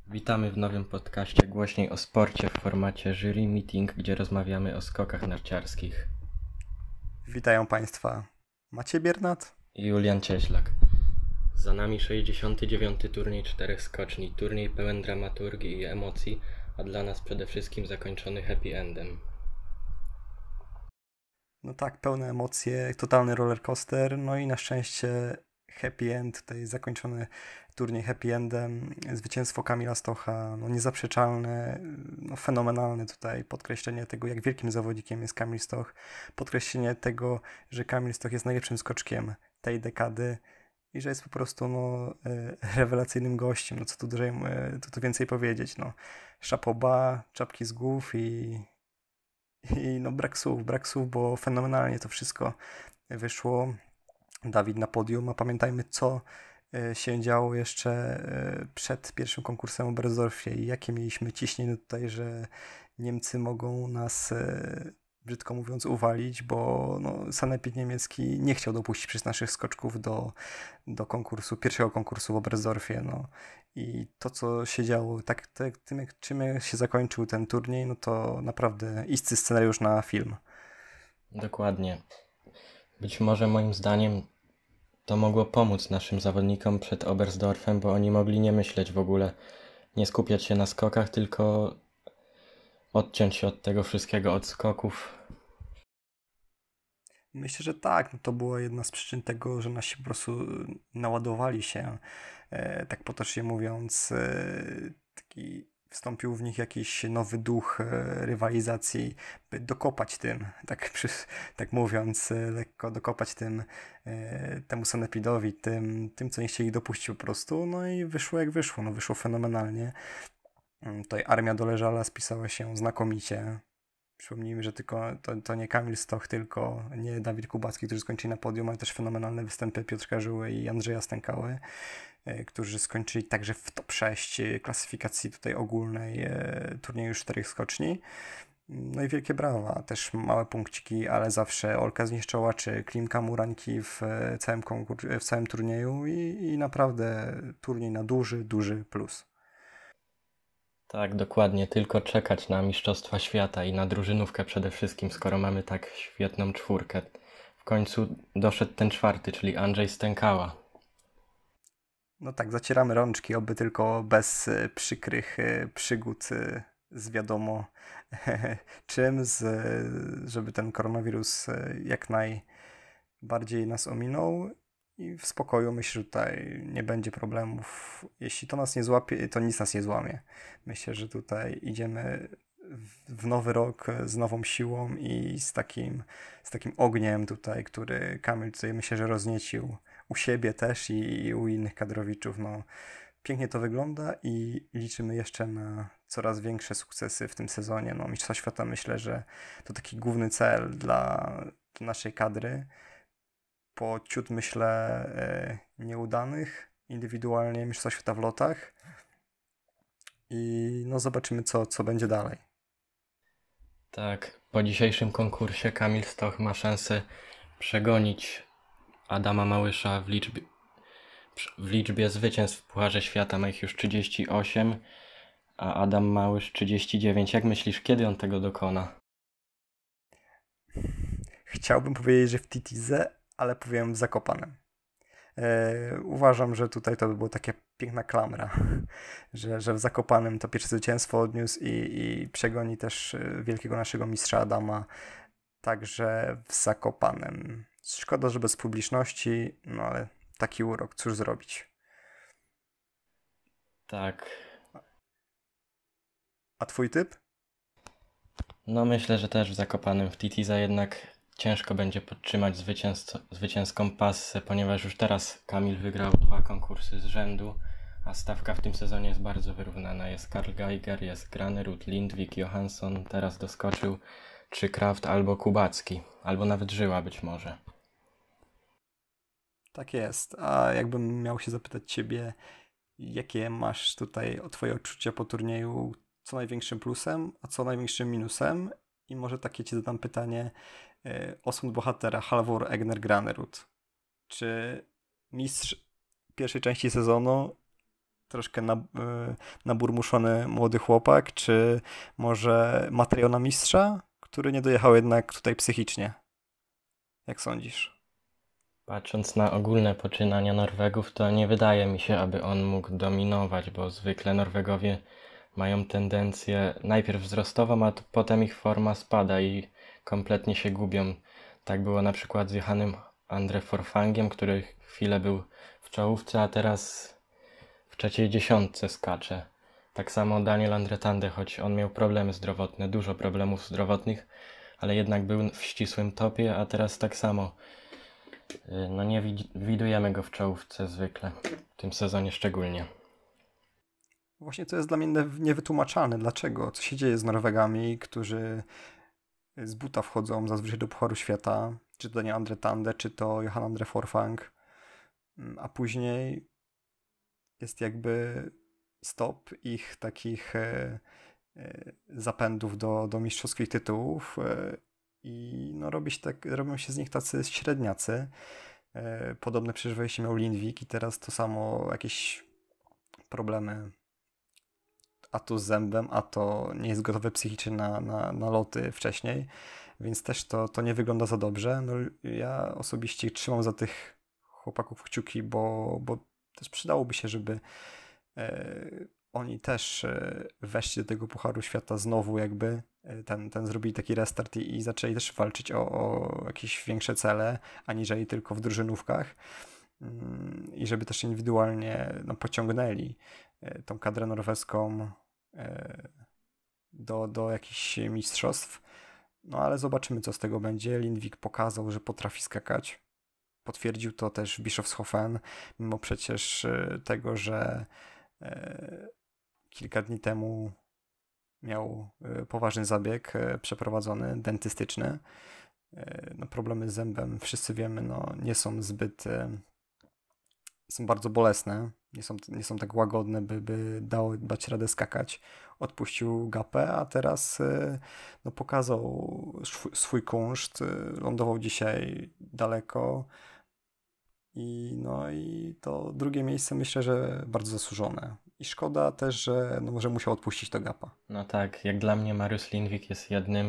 Witamy w nowym podcaście Głośniej o sporcie w formacie Jury Meeting, gdzie rozmawiamy o skokach narciarskich. Witają Państwa Maciej Biernat I Julian Cieślak. Za nami 69. turniej czterech skoczni, turniej pełen dramaturgii i emocji, a dla nas przede wszystkim zakończony happy endem. No tak, pełne emocje, totalny rollercoaster, no i na szczęście happy end, tutaj zakończony turniej happy endem, zwycięstwo Kamila Stocha, no niezaprzeczalne, no fenomenalne tutaj, podkreślenie tego, jak wielkim zawodnikiem jest Kamil Stoch, podkreślenie tego, że Kamil Stoch jest najlepszym skoczkiem tej dekady i że jest po prostu rewelacyjnym gościem, no co tu więcej powiedzieć, no chapeau bas, czapki z głów i no brak słów, bo fenomenalnie to wszystko wyszło. Dawid na podium, a pamiętajmy, co się działo jeszcze przed pierwszym konkursem w Oberstdorfie i jakie mieliśmy ciśnienie tutaj, że Niemcy mogą nas, brzydko mówiąc, uwalić, bo no, sanepid niemiecki nie chciał dopuścić przez naszych skoczków do pierwszego konkursu w Oberstdorfie. No. I to, co się działo, czym się zakończył ten turniej, no to naprawdę istny scenariusz na film. Dokładnie. Być może moim zdaniem to mogło pomóc naszym zawodnikom przed Oberstdorfem, bo oni mogli nie myśleć w ogóle, nie skupiać się na skokach, tylko odciąć się od tego wszystkiego, od skoków. Myślę, że tak. No to była jedna z przyczyn tego, że nasi po prostu naładowali się, tak potocznie mówiąc, wstąpił w nich jakiś nowy duch rywalizacji, by dokopać tym, tak mówiąc, lekko dokopać temu sanepidowi, tym, co nie chcieli dopuścić po prostu. No i wyszło jak wyszło. No wyszło fenomenalnie. Tutaj Armia Doleżala spisała się znakomicie. Przypomnijmy, że to nie Kamil Stoch, tylko nie Dawid Kubacki, którzy skończyli na podium, ale też fenomenalne występy Piotrka Żyły i Andrzeja Stękały, którzy skończyli także w top 6 klasyfikacji tutaj ogólnej turnieju czterech skoczni. No i wielkie brawa, też małe punkciki, ale zawsze Olka Zniszczoła czy Klimka Murańki w całym turnieju i naprawdę turniej na duży, duży plus. Tak, dokładnie. Tylko czekać na Mistrzostwa Świata i na drużynówkę przede wszystkim, skoro mamy tak świetną czwórkę. W końcu doszedł ten czwarty, czyli Andrzej Stękała. No tak, zacieramy rączki, oby tylko bez przykrych przygód z wiadomo czym, żeby ten koronawirus jak najbardziej nas ominął i w spokoju myślę, że tutaj nie będzie problemów. Jeśli to nas nie złapie, to nic nas nie złamie. Myślę, że tutaj idziemy w nowy rok z nową siłą i z takim ogniem tutaj, który Kamil tutaj myślę, że rozniecił u siebie też i u innych kadrowiczów. No, pięknie to wygląda i liczymy jeszcze na coraz większe sukcesy w tym sezonie. No, Mistrzostwa Świata myślę, że to taki główny cel dla naszej kadry. Po ciut myślę nieudanych indywidualnie Mistrzostwa Świata w lotach i no zobaczymy co będzie dalej. Tak, po dzisiejszym konkursie Kamil Stoch ma szansę przegonić Adama Małysza w liczbie zwycięstw w Pucharze Świata. Ma ich już 38, a Adam Małysz 39. Jak myślisz, kiedy on tego dokona? Chciałbym powiedzieć, że w Titize, ale powiem w Zakopanem. Uważam, że tutaj to by było takie piękna klamra, że w Zakopanem to pierwsze zwycięstwo odniósł i przegoni też wielkiego naszego mistrza Adama, także w Zakopanem. Szkoda, że bez publiczności, no ale taki urok, cóż zrobić. Tak, A twój typ? no myślę, że też w Zakopanem. W Titiza jednak ciężko będzie podtrzymać zwycięską passę, ponieważ już teraz Kamil wygrał 2 konkursy z rzędu, a stawka w tym sezonie jest bardzo wyrównana. Jest Karl Geiger, jest Granerud, Lindvik, Johansson, teraz doskoczył czy Kraft albo Kubacki, albo nawet Żyła być może. Tak jest. A jakbym miał się zapytać ciebie, jakie masz tutaj twoje odczucia po turnieju, co największym plusem, a co największym minusem? I może takie ci zadam pytanie, osąd bohatera Halvor Egner Granerud. Czy mistrz pierwszej części sezonu troszkę naburmuszony młody chłopak, czy może materiał na mistrza, który nie dojechał jednak tutaj psychicznie? Jak sądzisz? Patrząc na ogólne poczynania Norwegów, to nie wydaje mi się, aby on mógł dominować, bo zwykle Norwegowie mają tendencję najpierw wzrostową, a potem ich forma spada i kompletnie się gubią. Tak było na przykład z Johannem Andre Forfangiem, który chwilę był w czołówce, a teraz w trzeciej dziesiątce skacze. Tak samo Daniel Andretande, choć on miał problemy zdrowotne, dużo problemów zdrowotnych, ale jednak był w ścisłym topie, a teraz tak samo. No nie widujemy go w czołówce zwykle, w tym sezonie szczególnie. Właśnie to jest dla mnie niewytłumaczalne. Dlaczego? Co się dzieje z Norwegami, którzy z buta wchodzą zazwyczaj do Pucharu Świata, czy to nie Andre Tande, czy to Johan Andre Forfang, a później jest jakby stop ich takich zapędów do mistrzowskich tytułów i no robią się z nich tacy średniacy. Podobne przeżywanie miał Lindvik i teraz to samo, jakieś problemy a to z zębem, a to nie jest gotowy psychicznie na loty wcześniej, więc też to nie wygląda za dobrze. No, ja osobiście trzymam za tych chłopaków kciuki, bo też przydałoby się, żeby oni też weszli do tego Pucharu Świata znowu jakby, ten zrobili taki restart i zaczęli też walczyć o jakieś większe cele, aniżeli tylko w drużynówkach. I żeby też indywidualnie no, pociągnęli tą kadrę norweską do jakichś mistrzostw. No ale zobaczymy, co z tego będzie. Lindvik pokazał, że potrafi skakać. Potwierdził to też w Bischofshofen, mimo przecież tego, że kilka dni temu miał poważny zabieg przeprowadzony, dentystyczny. No, problemy z zębem, wszyscy wiemy, no, nie są zbyt... są bardzo bolesne, nie są tak łagodne, by dać radę skakać. Odpuścił gapę, a teraz no, pokazał swój kunszt, lądował dzisiaj daleko i to drugie miejsce myślę, że bardzo zasłużone. I szkoda też, że no, może musiał odpuścić to gapa. No tak, jak dla mnie Mariusz Lindvik jest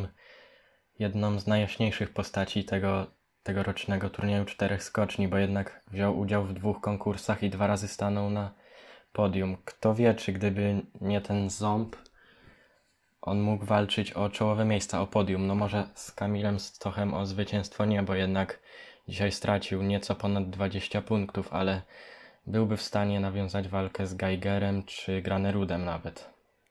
jedną z najjaśniejszych postaci tegorocznego turnieju 4 skoczni, bo jednak wziął udział w 2 konkursach i 2 razy stanął na podium. Kto wie, czy gdyby nie ten ząb, on mógł walczyć o czołowe miejsca, o podium. No może z Kamilem Stochem o zwycięstwo nie, bo jednak dzisiaj stracił nieco ponad 20 punktów, ale byłby w stanie nawiązać walkę z Geigerem czy Granerudem nawet.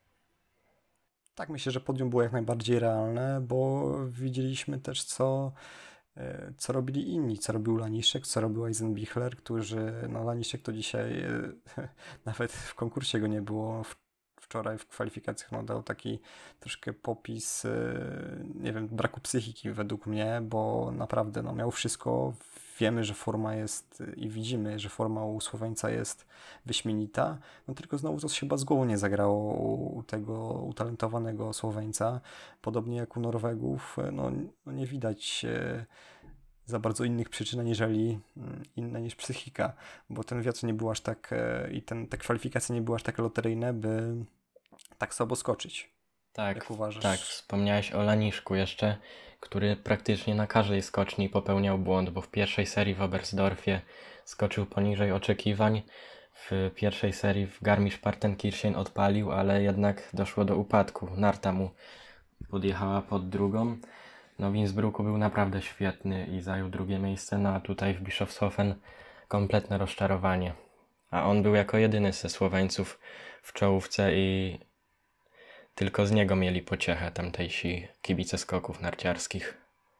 Tak, myślę, że podium było jak najbardziej realne, bo widzieliśmy też, co robili inni, co robił Laniszek, co robił Eisenbichler, którzy, no Laniszek to dzisiaj nawet w konkursie go nie było, wczoraj w kwalifikacjach no, dał taki troszkę popis, nie wiem, braku psychiki według mnie, bo naprawdę no, miał wszystko. Wiemy, że forma jest i widzimy, że forma u Słoweńca jest wyśmienita, no tylko znowu coś chyba z głową nie zagrało u tego utalentowanego Słoweńca. Podobnie jak u Norwegów, no nie widać za bardzo innych przyczyn, aniżeli inne niż psychika, bo ten wiatr nie był aż tak i te kwalifikacje nie były aż tak loteryjne, by tak słabo skoczyć. Tak, Jak uważasz? tak, wspomniałeś o Laniszku jeszcze, który praktycznie na każdej skoczni popełniał błąd, bo w pierwszej serii w Oberstdorfie skoczył poniżej oczekiwań, w pierwszej serii w Garmisch-Partenkirchen odpalił, ale jednak doszło do upadku. Narta mu podjechała pod drugą. No w Innsbrucku był naprawdę świetny i zajął drugie miejsce, no a tutaj w Bischofshofen kompletne rozczarowanie. A on był jako jedyny ze Słoweńców w czołówce i tylko z niego mieli pociechę tamtejsi kibice skoków narciarskich.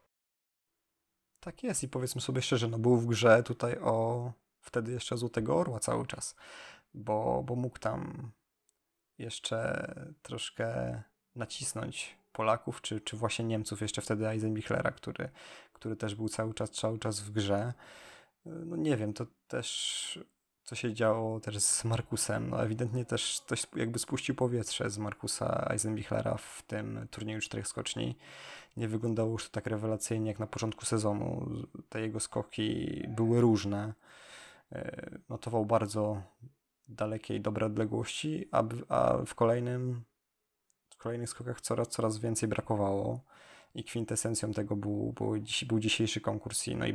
Tak jest i powiedzmy sobie szczerze, no był w grze tutaj o wtedy jeszcze Złotego Orła cały czas, bo mógł tam jeszcze troszkę nacisnąć Polaków, czy właśnie Niemców, jeszcze wtedy Eisenbichlera, który też był cały czas w grze. No nie wiem, to też co się działo też z Markusem, no ewidentnie też ktoś jakby spuścił powietrze z Markusa Eisenbichlera w tym turnieju 4 skoczni. Nie wyglądało już to tak rewelacyjnie jak na początku sezonu. Te jego skoki były różne. Notował bardzo dalekiej, dobrej odległości, a w kolejnych skokach coraz więcej brakowało i kwintesencją tego był dzisiejszy konkurs i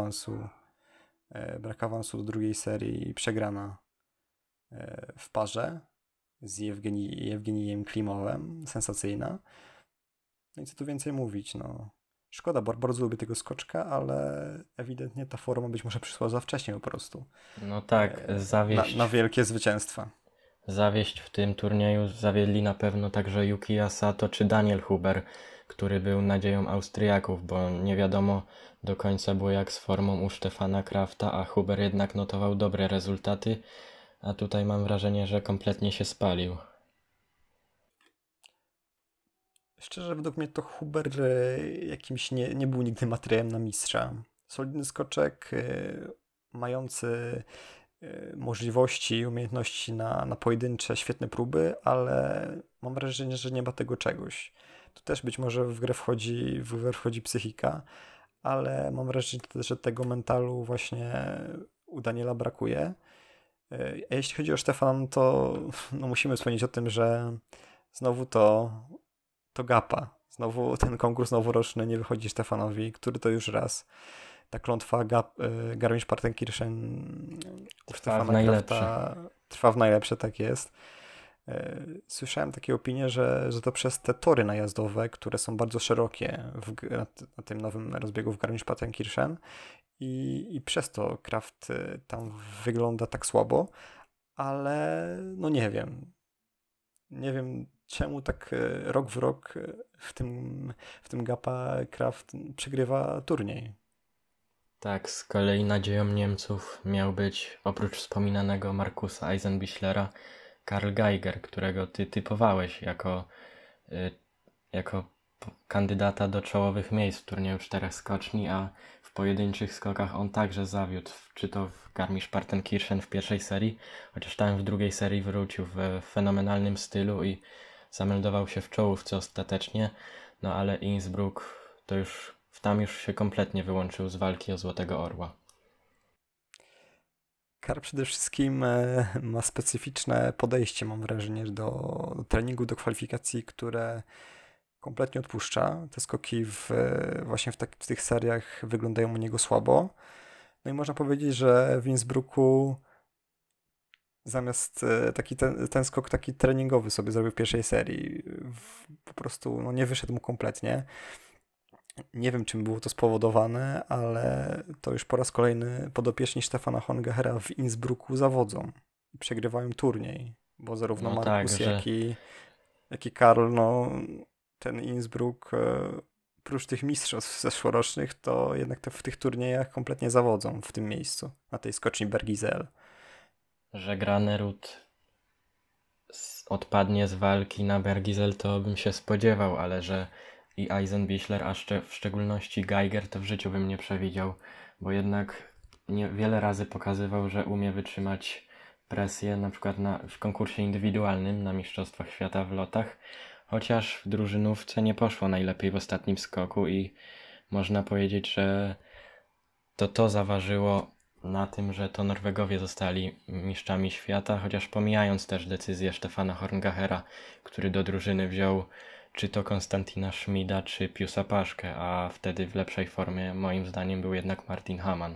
brak awansu do drugiej serii i przegrana w parze z Jewgenijem Klimowem, sensacyjna. No i co tu więcej mówić, no. Szkoda, bo bardzo lubię tego skoczka, ale ewidentnie ta forma być może przyszła za wcześnie po prostu No tak, na wielkie zwycięstwa. zawieść w tym turnieju zawiedli na pewno także Yukiya Sato czy Daniel Huber, który był nadzieją Austriaków, bo nie wiadomo do końca było jak z formą u Stefana Krafta, a Huber jednak notował dobre rezultaty, a tutaj mam wrażenie, że kompletnie się spalił. Szczerze, według mnie to Huber jakimś nie był nigdy materiałem na mistrza. Solidny skoczek, mający możliwości i umiejętności na pojedyncze, świetne próby, ale mam wrażenie, że nie ma tego czegoś. Tu też być może w grę wchodzi psychika, ale mam wrażenie, że tego mentalu właśnie u Daniela brakuje. A jeśli chodzi o Stefana, to no musimy wspomnieć o tym, że znowu to gapa. Znowu ten konkurs noworoczny nie wychodzi Stefanowi, który to już raz. Ta klątwa Garmisch-Partenkirchen u Trwa w Stefana najlepsze. Krafta trwa w najlepsze, tak jest. Słyszałem takie opinie, że to przez te tory najazdowe, które są bardzo szerokie na tym nowym rozbiegu w Garmisch-Partenkirchen i przez to Kraft tam wygląda tak słabo, ale no nie wiem. Nie wiem czemu tak rok w rok w tym Gapa Kraft przegrywa turniej. Tak, z kolei nadzieją Niemców miał być, oprócz wspominanego Markusa Eisenbichlera, Karl Geiger, którego ty typowałeś y, jako kandydata do czołowych miejsc w turnieju 4 skoczni, a w pojedynczych skokach on także zawiódł, czy to w Garmisch-Partenkirchen w pierwszej serii, chociaż tam w drugiej serii wrócił w fenomenalnym stylu i zameldował się w czołówce ostatecznie, no ale Innsbruck tam już się kompletnie wyłączył z walki o Złotego Orła. Kar przede wszystkim ma specyficzne podejście, mam wrażenie, do treningu, do kwalifikacji, które kompletnie odpuszcza. Te skoki właśnie w tych seriach wyglądają u niego słabo. No i można powiedzieć, że w Innsbrucku zamiast ten skok taki treningowy sobie zrobił w pierwszej serii. Po prostu no, nie wyszedł mu kompletnie. Nie wiem, czym było to spowodowane, ale to już po raz kolejny podopieczni Stefana Hongera w Innsbrucku zawodzą i przegrywają turniej, bo zarówno No tak, Markus, że jak i Karl, no ten Innsbruck, prócz tych mistrzostw zeszłorocznych, to jednak w tych turniejach kompletnie zawodzą w tym miejscu, na tej skoczni Bergisel. Granerud odpadnie z walki na Bergizel, to bym się spodziewał, ale że i Eisenbichler, a w szczególności Geiger, to w życiu bym nie przewidział, bo jednak wiele razy pokazywał, że umie wytrzymać presję, na przykład w konkursie indywidualnym na Mistrzostwach Świata w lotach, chociaż w drużynówce nie poszło najlepiej w ostatnim skoku i można powiedzieć, że to zaważyło na tym, że to Norwegowie zostali mistrzami świata, chociaż pomijając też decyzję Stefana Horngachera, który do drużyny wziął czy to Konstantina Schmida, czy Piusa Paszkę, a wtedy w lepszej formie moim zdaniem był jednak Martin Hamann.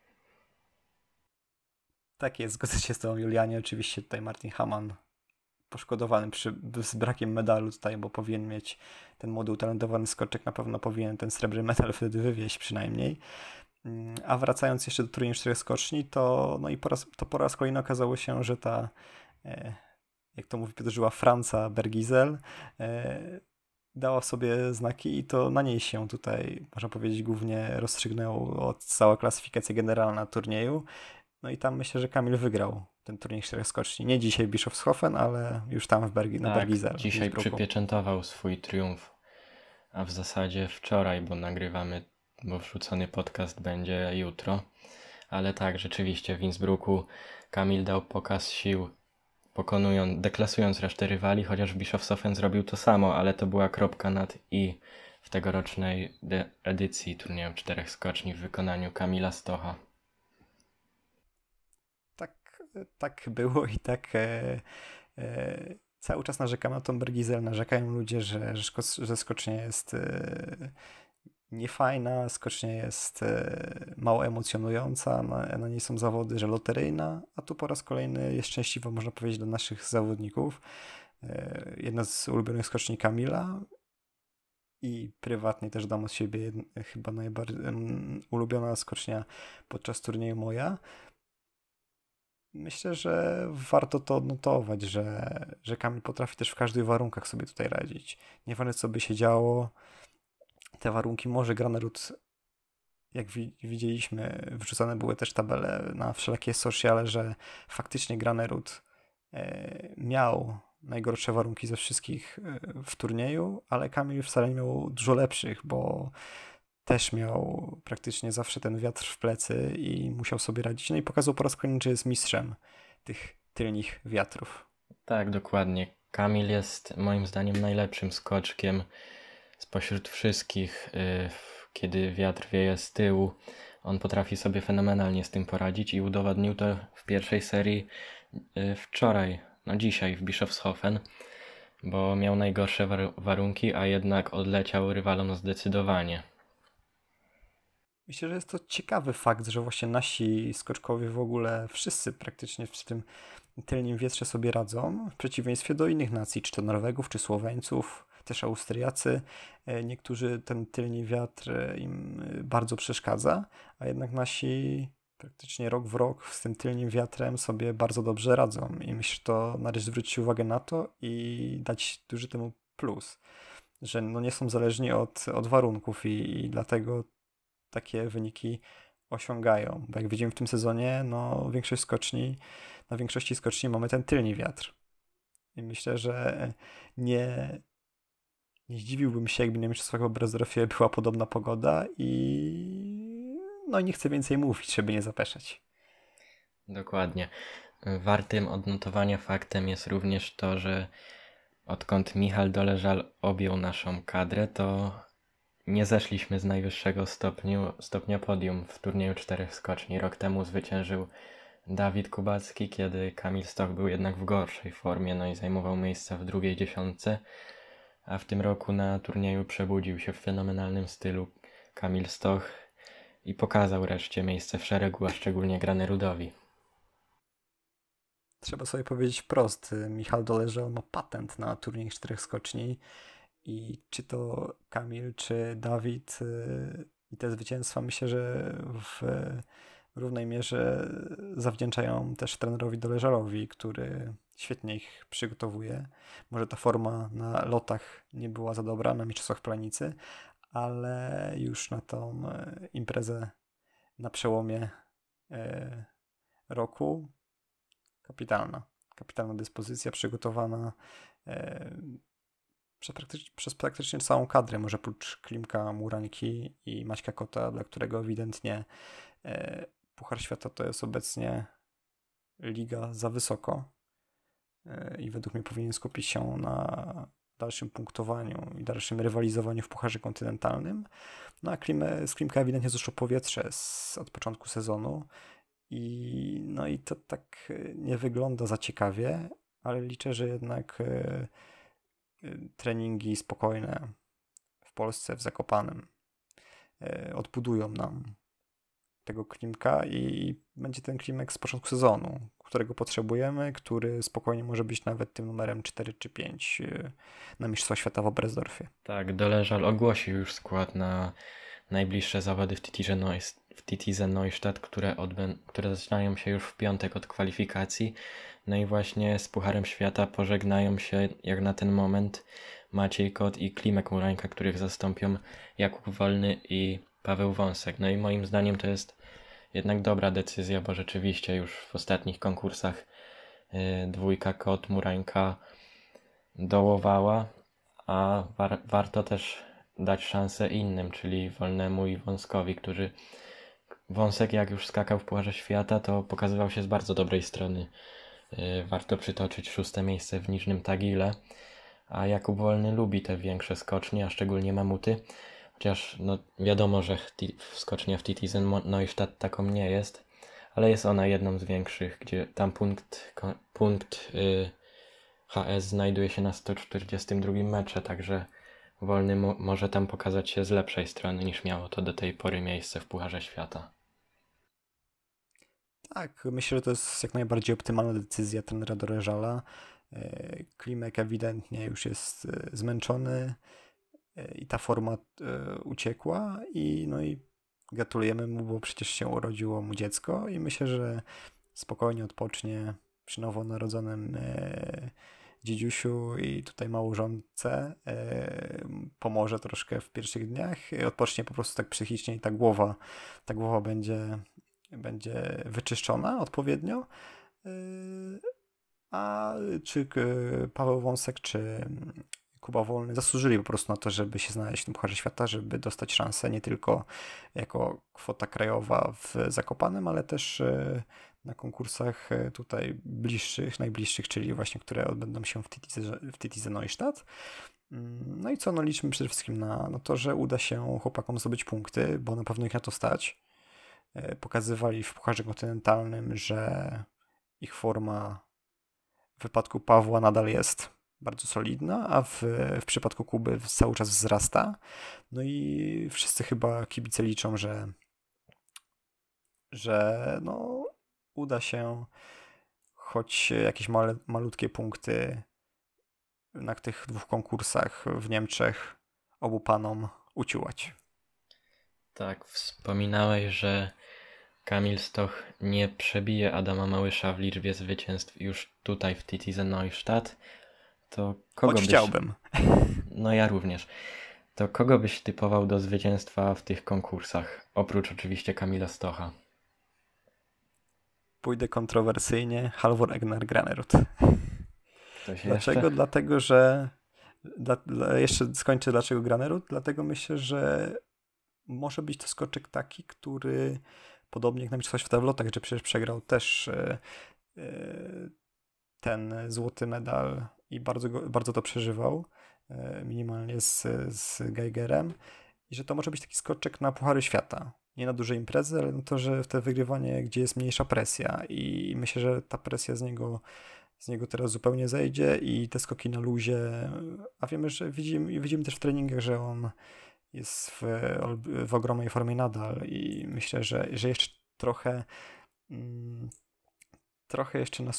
Tak jest, zgodzę się z tobą, Julianie. Oczywiście tutaj Martin Hamann poszkodowany z brakiem medalu tutaj, bo powinien mieć ten młody, utalentowany skoczek, na pewno powinien ten srebrny medal wtedy wywieźć przynajmniej. A wracając jeszcze do turnieju 4 skoczni, to no i po raz kolejny okazało się, że ta, jak to mówi Piotr Żyła, Franca Bergisel dała sobie znaki i to na niej się tutaj, można powiedzieć, głównie rozstrzygnęła cała klasyfikacja generalna turnieju. No i tam myślę, że Kamil wygrał ten turniej 4 skoczni. Nie dzisiaj w Bischofshofen, ale już tam na Bergisel. Dzisiaj przypieczętował swój triumf, a w zasadzie wczoraj, bo wrzucony podcast będzie jutro. Ale tak, rzeczywiście w Innsbrucku Kamil dał pokaz sił, deklasując resztę rywali, chociaż w Bischofshofen zrobił to samo, ale to była kropka nad i w tegorocznej edycji turnieju 4 skoczni w wykonaniu Kamila Stocha. Tak, tak było i tak cały czas narzekamy na tą Bergizel, narzekają ludzie, że skocznia jest niefajna, skocznie jest mało emocjonująca, na niej są zawody, że loteryjna, a tu po raz kolejny jest szczęśliwa, można powiedzieć, dla naszych zawodników. Jedna z ulubionych skoczni Kamila i prywatnie też dam od siebie chyba najbardziej ulubiona skocznia podczas turnieju moja. Myślę, że warto to odnotować, że Kamil potrafi też w każdych warunkach sobie tutaj radzić. Nieważne co by się działo, te warunki może Granerud, jak widzieliśmy, wrzucane były też tabele na wszelakie sociale, że faktycznie Granerud miał najgorsze warunki ze wszystkich w turnieju, ale Kamil wcale nie miał dużo lepszych, bo też miał praktycznie zawsze ten wiatr w plecy i musiał sobie radzić. No i pokazał po raz kolejny, że jest mistrzem tych tylnych wiatrów. Tak, dokładnie. Kamil jest moim zdaniem najlepszym skoczkiem spośród wszystkich. Kiedy wiatr wieje z tyłu, on potrafi sobie fenomenalnie z tym poradzić i udowodnił to w pierwszej serii wczoraj, dzisiaj w Bischofshofen, bo miał najgorsze warunki, a jednak odleciał rywalom zdecydowanie. Myślę, że jest to ciekawy fakt, że właśnie nasi skoczkowie w ogóle wszyscy praktycznie w tym tylnym wietrze sobie radzą, w przeciwieństwie do innych nacji, czy to Norwegów, czy Słoweńców, też Austriacy. Niektórzy ten tylny wiatr im bardzo przeszkadza, a jednak nasi praktycznie rok w rok z tym tylnym wiatrem sobie bardzo dobrze radzą i myślę, że to należy zwrócić uwagę na to i dać duży temu plus, że nie są zależni od warunków i dlatego takie wyniki osiągają. Bo jak widzimy w tym sezonie, na większości skoczni mamy ten tylny wiatr. I myślę, że nie zdziwiłbym się, jakby na mistrzostwach w Oberstdorfie była podobna pogoda i nie chcę więcej mówić, żeby nie zapeszać. Dokładnie. Wartym odnotowania faktem jest również to, że odkąd Michał Doleżal objął naszą kadrę, to nie zeszliśmy z najwyższego stopnia podium w turnieju 4 skoczni. Rok temu zwyciężył Dawid Kubacki, kiedy Kamil Stoch był jednak w gorszej formie, i zajmował miejsce w drugiej dziesiątce, a w tym roku na turnieju przebudził się w fenomenalnym stylu Kamil Stoch i pokazał reszcie miejsce w szeregu, a szczególnie Granerudowi. Trzeba sobie powiedzieć wprost, Michał Doleżal ma patent na turniej 4 skoczni i czy to Kamil, czy Dawid i te zwycięstwa myślę, że w równej mierze zawdzięczają też trenerowi Doleżalowi, który świetnie ich przygotowuje. Może ta forma na lotach nie była za dobra na mistrzostwach Planicy, ale już na tą imprezę na przełomie roku kapitalna dyspozycja przygotowana przez praktycznie całą kadrę, może oprócz Klimka Murańki i Maćka Kota, dla którego ewidentnie Puchar Świata to jest obecnie liga za wysoko i według mnie powinien skupić się na dalszym punktowaniu i dalszym rywalizowaniu w Pucharze Kontynentalnym. A z Klimka ewidentnie zeszło powietrze od początku sezonu i to tak nie wygląda za ciekawie, ale liczę, że jednak treningi spokojne w Polsce, w Zakopanem odbudują nam tego Klimka i będzie ten Klimek z początku sezonu, którego potrzebujemy, który spokojnie może być nawet tym numerem 4 czy 5 na Mistrzostwa Świata w Oberstdorfie. Tak, Doleżal ogłosił już skład na najbliższe zawody w TTZ Neustadt, które zaczynają się już w piątek od kwalifikacji. I właśnie z Pucharem Świata pożegnają się jak na ten moment Maciej Kot i Klimek Murańka, których zastąpią Jakub Wolny i Paweł Wąsek. I moim zdaniem to jest jednak dobra decyzja, bo rzeczywiście już w ostatnich konkursach dwójka Kot, Murańka dołowała, a warto też dać szansę innym, czyli Wolnemu i Wąskowi, Wąsek jak już skakał w Pucharze Świata, to pokazywał się z bardzo dobrej strony. Warto przytoczyć 6. miejsce w Niżnym Tagile, a Jakub Wolny lubi te większe skocznie, a szczególnie mamuty, chociaż wiadomo, że skocznia w TTZ Neustadt taką nie jest, ale jest ona jedną z większych, gdzie tam punkt HS znajduje się na 142 metrze, także Wolny może tam pokazać się z lepszej strony niż miało to do tej pory miejsce w Pucharze Świata. Tak, myślę, że to jest jak najbardziej optymalna decyzja trenera Doreżala. Klimek ewidentnie już jest zmęczony i ta forma uciekła i gratulujemy mu, bo przecież się urodziło mu dziecko i myślę, że spokojnie odpocznie przy nowonarodzonym dziedziusiu i tutaj małżonce, pomoże troszkę w pierwszych dniach, odpocznie po prostu tak psychicznie i ta głowa będzie wyczyszczona odpowiednio. A czy Paweł Wąsek, czy Kuba Wolny zasłużyli po prostu na to, żeby się znaleźć w tym Pucharze Świata, żeby dostać szansę nie tylko jako kwota krajowa w Zakopanem, ale też na konkursach tutaj najbliższych, czyli właśnie które odbędą się w TTZ Neustadt. No i co, no liczmy przede wszystkim na to, że uda się chłopakom zdobyć punkty, bo na pewno ich na to stać. Pokazywali w Pucharze Kontynentalnym, że ich forma w wypadku Pawła nadal jest bardzo solidna, a w przypadku Kuby cały czas wzrasta. No i wszyscy chyba kibice liczą, że no, uda się choć jakieś malutkie punkty na tych dwóch konkursach w Niemczech obu panom uciułać. Tak, wspominałeś, że Kamil Stoch nie przebije Adama Małysza w liczbie zwycięstw już tutaj w TTZ Neustadt. To kogo Choć chciałbym. No ja również. To kogo byś typował do zwycięstwa w tych konkursach? Oprócz oczywiście Kamila Stocha. Pójdę kontrowersyjnie. Halvor Egner Granerud. Ktoś Dlaczego? jeszcze? Dlatego, że jeszcze skończę dlaczego Granerud. Dlatego myślę, że może być to skoczek taki, który podobnie jak na Mistrzostwach Świata w lotach, gdzie przecież przegrał też ten złoty medal i bardzo to przeżywał, minimalnie z Geigerem, i że to może być taki skoczek na Puchary Świata. Nie na duże imprezy, ale na to, że w te wygrywanie, gdzie jest mniejsza presja, i myślę, że ta presja z niego teraz zupełnie zejdzie i te skoki na luzie, a wiemy, że widzimy też w treningach, że on jest w ogromnej formie nadal i myślę, że jeszcze trochę jeszcze nas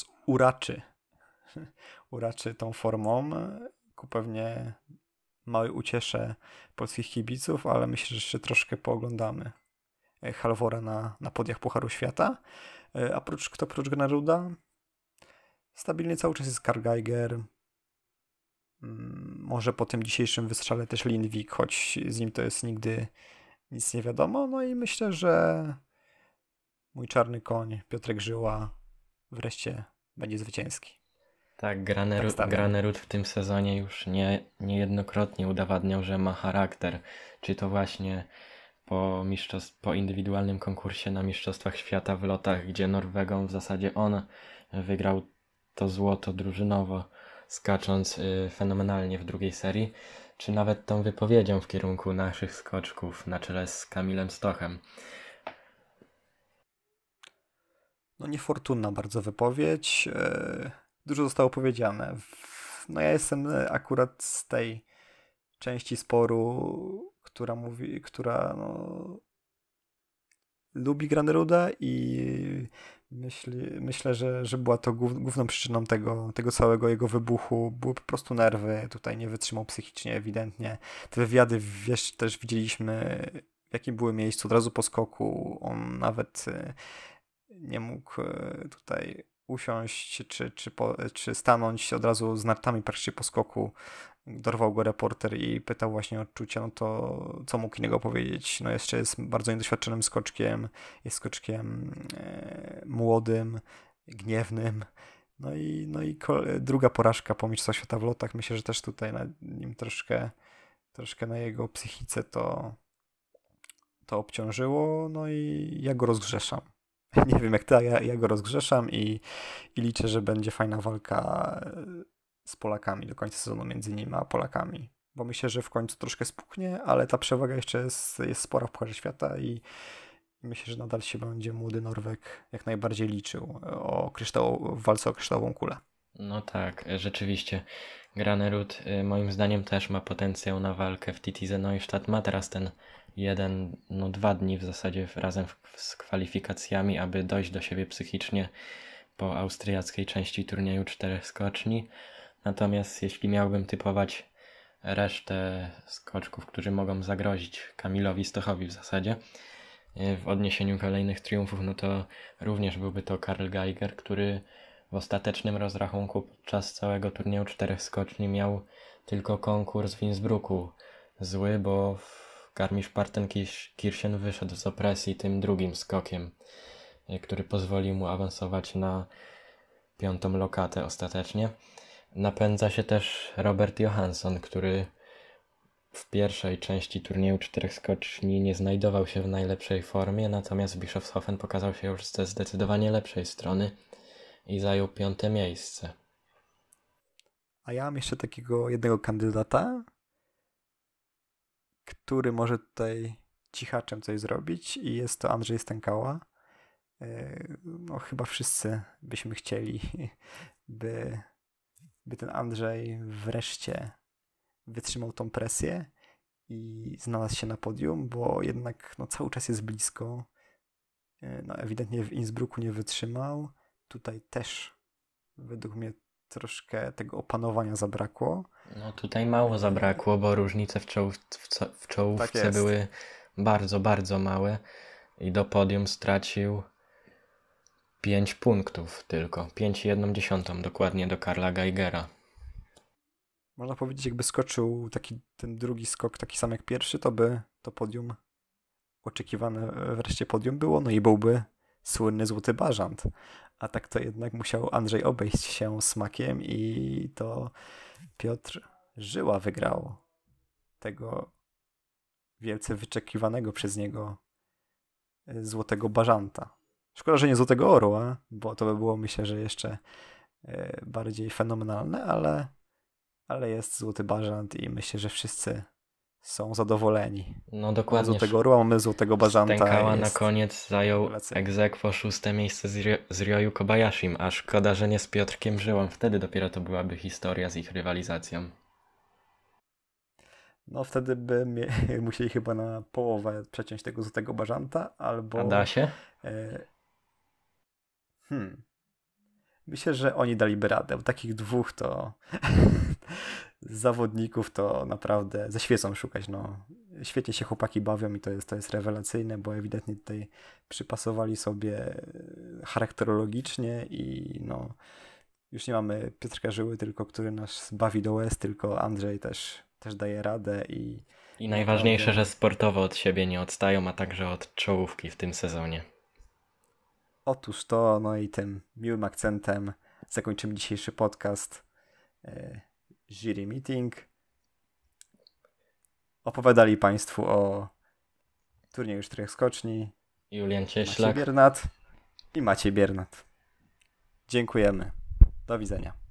uraczy tą formą ku pewnie małej uciesze polskich kibiców, ale myślę, że jeszcze troszkę pooglądamy Halvora na podiach Pucharu Świata. A oprócz Gnaruda stabilnie cały czas jest Karl Geiger. Może po tym dzisiejszym wystrzale też Lindvik, choć z nim to jest nigdy nic nie wiadomo. No i myślę, że mój czarny koń Piotrek Żyła wreszcie będzie zwycięski. Tak, Tak Granerud w tym sezonie już niejednokrotnie udowadniał, że ma charakter. Czy to właśnie po indywidualnym konkursie na Mistrzostwach Świata w lotach, gdzie Norwegą w zasadzie on wygrał to złoto drużynowo, skacząc fenomenalnie w drugiej serii, czy nawet tą wypowiedzią w kierunku naszych skoczków na czele z Kamilem Stochem. No niefortunna bardzo wypowiedź. Dużo zostało powiedziane. No ja jestem akurat z tej części sporu, która lubi Graneruda i myślę, że była to główną przyczyną tego całego jego wybuchu. Były po prostu nerwy, tutaj nie wytrzymał psychicznie ewidentnie. Te wywiady też widzieliśmy, w jakim były miejscu od razu po skoku. On nawet nie mógł tutaj usiąść czy stanąć od razu z nartami praktycznie po skoku. Dorwał go reporter i pytał właśnie o odczucia, no to co mógł innego powiedzieć? No jeszcze jest bardzo niedoświadczonym skoczkiem, jest skoczkiem młodym, gniewnym. No i druga porażka po Mistrzostwach Świata w lotach. Myślę, że też tutaj na nim troszkę na jego psychice to obciążyło, no i ja go rozgrzeszam. Nie wiem jak ty, ja go rozgrzeszam i liczę, że będzie fajna walka z Polakami do końca sezonu między nim a Polakami. Bo myślę, że w końcu troszkę spuchnie, ale ta przewaga jeszcze jest spora w Pucharze Świata i myślę, że nadal się będzie młody Norweg jak najbardziej liczył w walce o kryształową kulę. No tak, rzeczywiście. Granerud moim zdaniem też ma potencjał na walkę w TTZ Neustadt. Ma teraz ten 2 dni w zasadzie razem z kwalifikacjami, aby dojść do siebie psychicznie po austriackiej części turnieju 4 skoczni. Natomiast jeśli miałbym typować resztę skoczków, którzy mogą zagrozić Kamilowi Stochowi w zasadzie w odniesieniu kolejnych triumfów, no to również byłby to Karl Geiger, który w ostatecznym rozrachunku podczas całego turnieju 4 skoczni miał konkurs w Innsbrucku zły, bo Garmisch-Partenkirchen wyszedł z opresji tym drugim skokiem, który pozwolił mu awansować na 5. lokatę ostatecznie. Napędza się też Robert Johansson, który w pierwszej części turnieju 4 skoczni nie znajdował się w najlepszej formie, natomiast w Bischofshofen pokazał się już ze zdecydowanie lepszej strony i zajął 5. miejsce. A ja mam jeszcze takiego jednego kandydata, który może tutaj cichaczem coś zrobić i jest to Andrzej Stękała. No chyba wszyscy byśmy chcieli, by ten Andrzej wreszcie wytrzymał tą presję i znalazł się na podium, bo jednak no, cały czas jest blisko. No, ewidentnie w Innsbrucku nie wytrzymał. Tutaj też według mnie troszkę tego opanowania zabrakło. No tutaj mało zabrakło, bo różnice w czołówce Tak były bardzo, bardzo małe i do podium stracił 5 punktów tylko. 5,1 dokładnie do Karla Geigera. Można powiedzieć, jakby skoczył ten drugi skok taki sam jak pierwszy, to by to podium, oczekiwane wreszcie podium było, no i byłby słynny Złoty Bażant. A tak to jednak musiał Andrzej obejść się smakiem i to Piotr Żyła wygrał tego wielce wyczekiwanego przez niego Złotego Bażanta. Szkoda, że nie Złotego Orła, bo to by było, myślę, że jeszcze bardziej fenomenalne, ale jest Złoty Bażant i myślę, że wszyscy są zadowoleni. No dokładnie. Mamy Złotego Orła, mamy Złotego Bażanta. Stękała na koniec zajął ex aequo 6. miejsce z Ryoyu Kobayashim, a szkoda, że nie z Piotrkiem Żyłą. Wtedy dopiero to byłaby historia z ich rywalizacją. No wtedy by musieli chyba na połowę przeciąć tego Złotego Bażanta, albo... A da się? Myślę, że oni daliby radę. Takich dwóch to zawodników to naprawdę ze świecą szukać. No. Świetnie się chłopaki bawią i to jest rewelacyjne, bo ewidentnie tutaj przypasowali sobie charakterologicznie i no już nie mamy Piotrka Żyły tylko, który nas bawi do łez, tylko Andrzej też daje radę i najważniejsze, że sportowo od siebie nie odstają, a także od czołówki w tym sezonie. Otóż to, no i tym miłym akcentem zakończymy dzisiejszy podcast Jury Meeting. Opowiadali Państwu o turnieju 4 skoczni Julian Cieślak Maciej Biernat i Maciej Biernat. Dziękujemy. Do widzenia.